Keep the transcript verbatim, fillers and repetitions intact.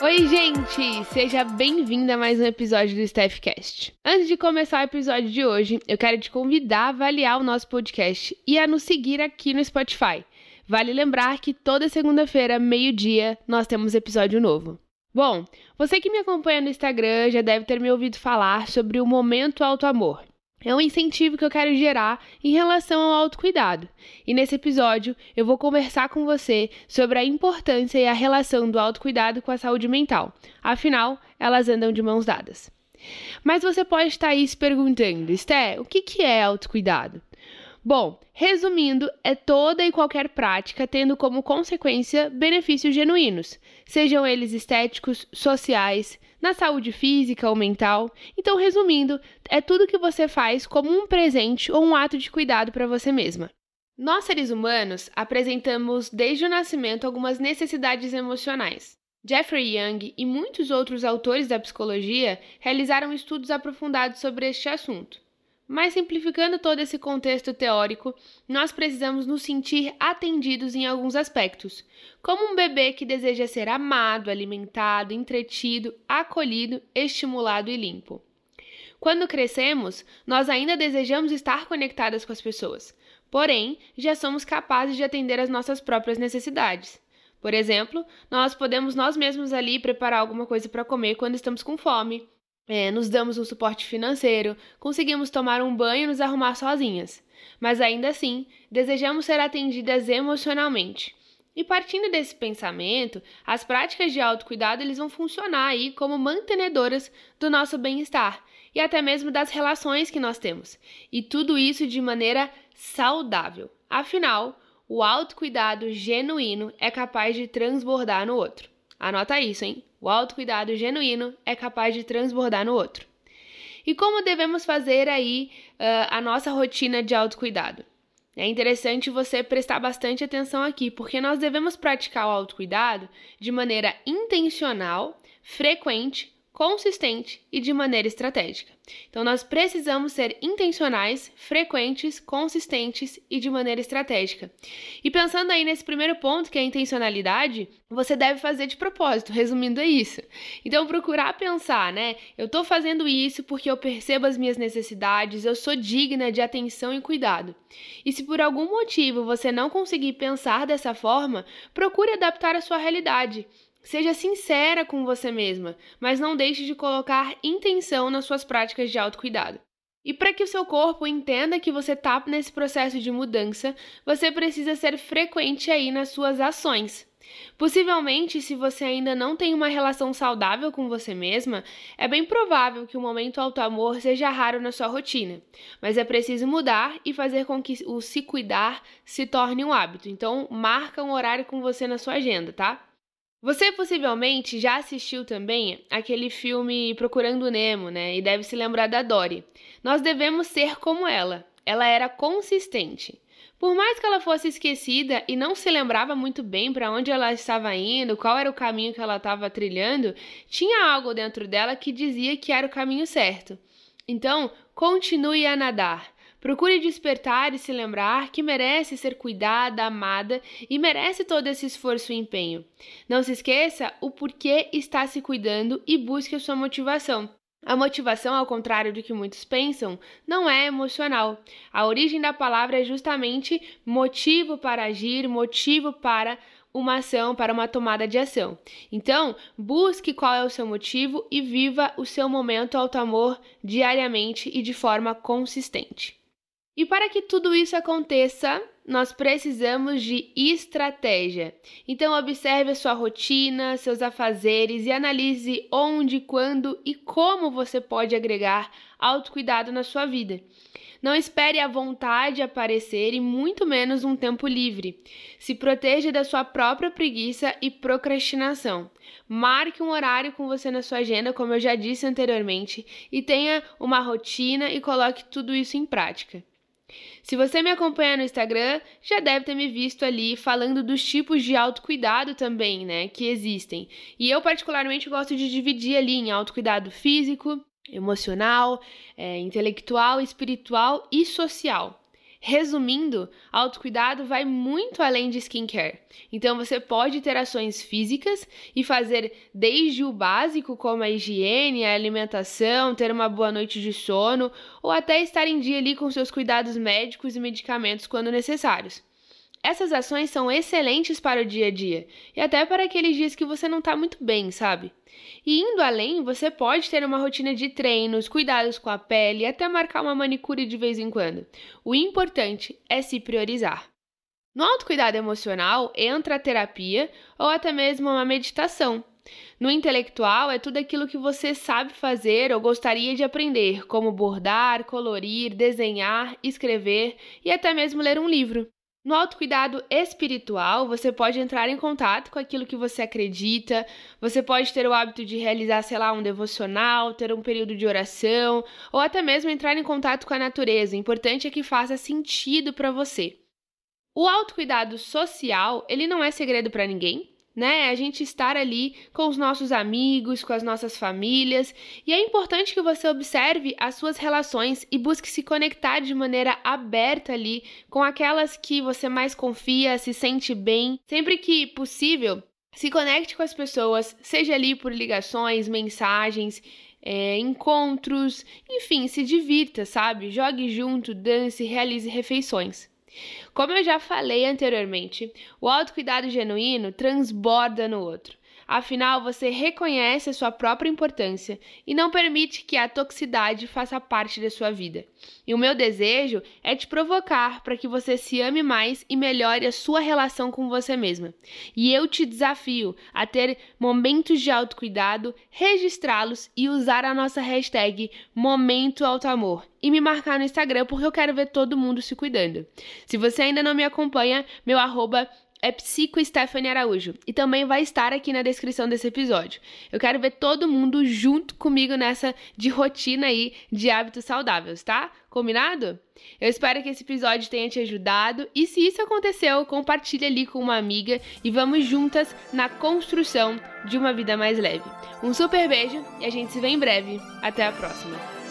Oi, gente! Seja bem-vinda a mais um episódio do StaffCast. Antes de começar o episódio de hoje, eu quero te convidar a avaliar o nosso podcast e a nos seguir aqui no Spotify. Vale lembrar que toda segunda-feira, meio-dia, nós temos episódio novo. Bom, você que me acompanha no Instagram já deve ter me ouvido falar sobre o Momento Autoamor. É um incentivo que eu quero gerar em relação ao autocuidado. E nesse episódio, eu vou conversar com você sobre a importância e a relação do autocuidado com a saúde mental. Afinal, elas andam de mãos dadas. Mas você pode estar aí se perguntando, Sté, o que que é autocuidado? Bom, resumindo, é toda e qualquer prática tendo como consequência benefícios genuínos, sejam eles estéticos, sociais, na saúde física ou mental. Então, resumindo, é tudo que você faz como um presente ou um ato de cuidado para você mesma. Nós, seres humanos, apresentamos desde o nascimento algumas necessidades emocionais. Jeffrey Young e muitos outros autores da psicologia realizaram estudos aprofundados sobre este assunto. Mas simplificando todo esse contexto teórico, nós precisamos nos sentir atendidos em alguns aspectos, como um bebê que deseja ser amado, alimentado, entretido, acolhido, estimulado e limpo. Quando crescemos, nós ainda desejamos estar conectadas com as pessoas, porém, já somos capazes de atender às nossas próprias necessidades. Por exemplo, nós podemos nós mesmos ali preparar alguma coisa para comer quando estamos com fome, É, nos damos um suporte financeiro, conseguimos tomar um banho e nos arrumar sozinhas. Mas ainda assim, desejamos ser atendidas emocionalmente. E partindo desse pensamento, as práticas de autocuidado eles vão funcionar aí como mantenedoras do nosso bem-estar e até mesmo das relações que nós temos. E tudo isso de maneira saudável. Afinal, o autocuidado genuíno é capaz de transbordar no outro. Anota isso, hein? O autocuidado genuíno é capaz de transbordar no outro. E como devemos fazer aí uh, a nossa rotina de autocuidado? É interessante você prestar bastante atenção aqui, porque nós devemos praticar o autocuidado de maneira intencional, frequente, consistente e de maneira estratégica. Então, nós precisamos ser intencionais, frequentes, consistentes e de maneira estratégica. E pensando aí nesse primeiro ponto, que é a intencionalidade, você deve fazer de propósito, resumindo é isso. Então, procurar pensar, né? Eu tô fazendo isso porque eu percebo as minhas necessidades, eu sou digna de atenção e cuidado. E se por algum motivo você não conseguir pensar dessa forma, procure adaptar a sua realidade. Seja sincera com você mesma, mas não deixe de colocar intenção nas suas práticas de autocuidado. E para que o seu corpo entenda que você está nesse processo de mudança, você precisa ser frequente aí nas suas ações. Possivelmente, se você ainda não tem uma relação saudável com você mesma, é bem provável que o momento autoamor seja raro na sua rotina. Mas é preciso mudar e fazer com que o se cuidar se torne um hábito. Então, marca um horário com você na sua agenda, tá? Você possivelmente já assistiu também aquele filme Procurando Nemo, né? E deve se lembrar da Dory. Nós devemos ser como ela. Ela era consistente. Por mais que ela fosse esquecida e não se lembrava muito bem para onde ela estava indo, qual era o caminho que ela estava trilhando, tinha algo dentro dela que dizia que era o caminho certo. Então, continue a nadar. Procure despertar e se lembrar que merece ser cuidada, amada e merece todo esse esforço e empenho. Não se esqueça o porquê está se cuidando e busque a sua motivação. A motivação, ao contrário do que muitos pensam, não é emocional. A origem da palavra é justamente motivo para agir, motivo para uma ação, para uma tomada de ação. Então, busque qual é o seu motivo e viva o seu momento autoamor diariamente e de forma consistente. E para que tudo isso aconteça, nós precisamos de estratégia. Então, observe a sua rotina, seus afazeres e analise onde, quando e como você pode agregar autocuidado na sua vida. Não espere a vontade aparecer e muito menos um tempo livre. Se proteja da sua própria preguiça e procrastinação. Marque um horário com você na sua agenda, como eu já disse anteriormente, e tenha uma rotina e coloque tudo isso em prática. Se você me acompanha no Instagram, já deve ter me visto ali falando dos tipos de autocuidado também, né, que existem. E eu particularmente gosto de dividir ali em autocuidado físico, emocional, é, intelectual, espiritual e social. Resumindo, autocuidado vai muito além de skincare. Então você pode ter ações físicas e fazer desde o básico, como a higiene, a alimentação, ter uma boa noite de sono, ou até estar em dia ali com seus cuidados médicos e medicamentos quando necessários. Essas ações são excelentes para o dia a dia e até para aqueles dias que você não está muito bem, sabe? E indo além, você pode ter uma rotina de treinos, cuidados com a pele e até marcar uma manicure de vez em quando. O importante é se priorizar. No autocuidado emocional, entra a terapia ou até mesmo uma meditação. No intelectual, é tudo aquilo que você sabe fazer ou gostaria de aprender, como bordar, colorir, desenhar, escrever e até mesmo ler um livro. No autocuidado espiritual, você pode entrar em contato com aquilo que você acredita, você pode ter o hábito de realizar, sei lá, um devocional, ter um período de oração, ou até mesmo entrar em contato com a natureza. O importante é que faça sentido para você. O autocuidado social, ele não é segredo para ninguém, né? A gente estar ali com os nossos amigos, com as nossas famílias, e é importante que você observe as suas relações e busque se conectar de maneira aberta ali com aquelas que você mais confia, se sente bem. Sempre que possível, se conecte com as pessoas, seja ali por ligações, mensagens, é, encontros, enfim, se divirta, sabe? Jogue junto, dance, realize refeições. Como eu já falei anteriormente, o autocuidado genuíno transborda no outro. Afinal, você reconhece a sua própria importância e não permite que a toxicidade faça parte da sua vida. E o meu desejo é te provocar para que você se ame mais e melhore a sua relação com você mesma. E eu te desafio a ter momentos de autocuidado, registrá-los e usar a nossa hashtag MomentoAutoAmor e me marcar no Instagram porque eu quero ver todo mundo se cuidando. Se você ainda não me acompanha, meu arroba é Psico Stephanie Araújo e também vai estar aqui na descrição desse episódio. Eu quero ver todo mundo junto comigo nessa de rotina aí de hábitos saudáveis, tá? Combinado? Eu espero que esse episódio tenha te ajudado e se isso aconteceu, compartilha ali com uma amiga e vamos juntas na construção de uma vida mais leve. Um super beijo e a gente se vê em breve. Até a próxima!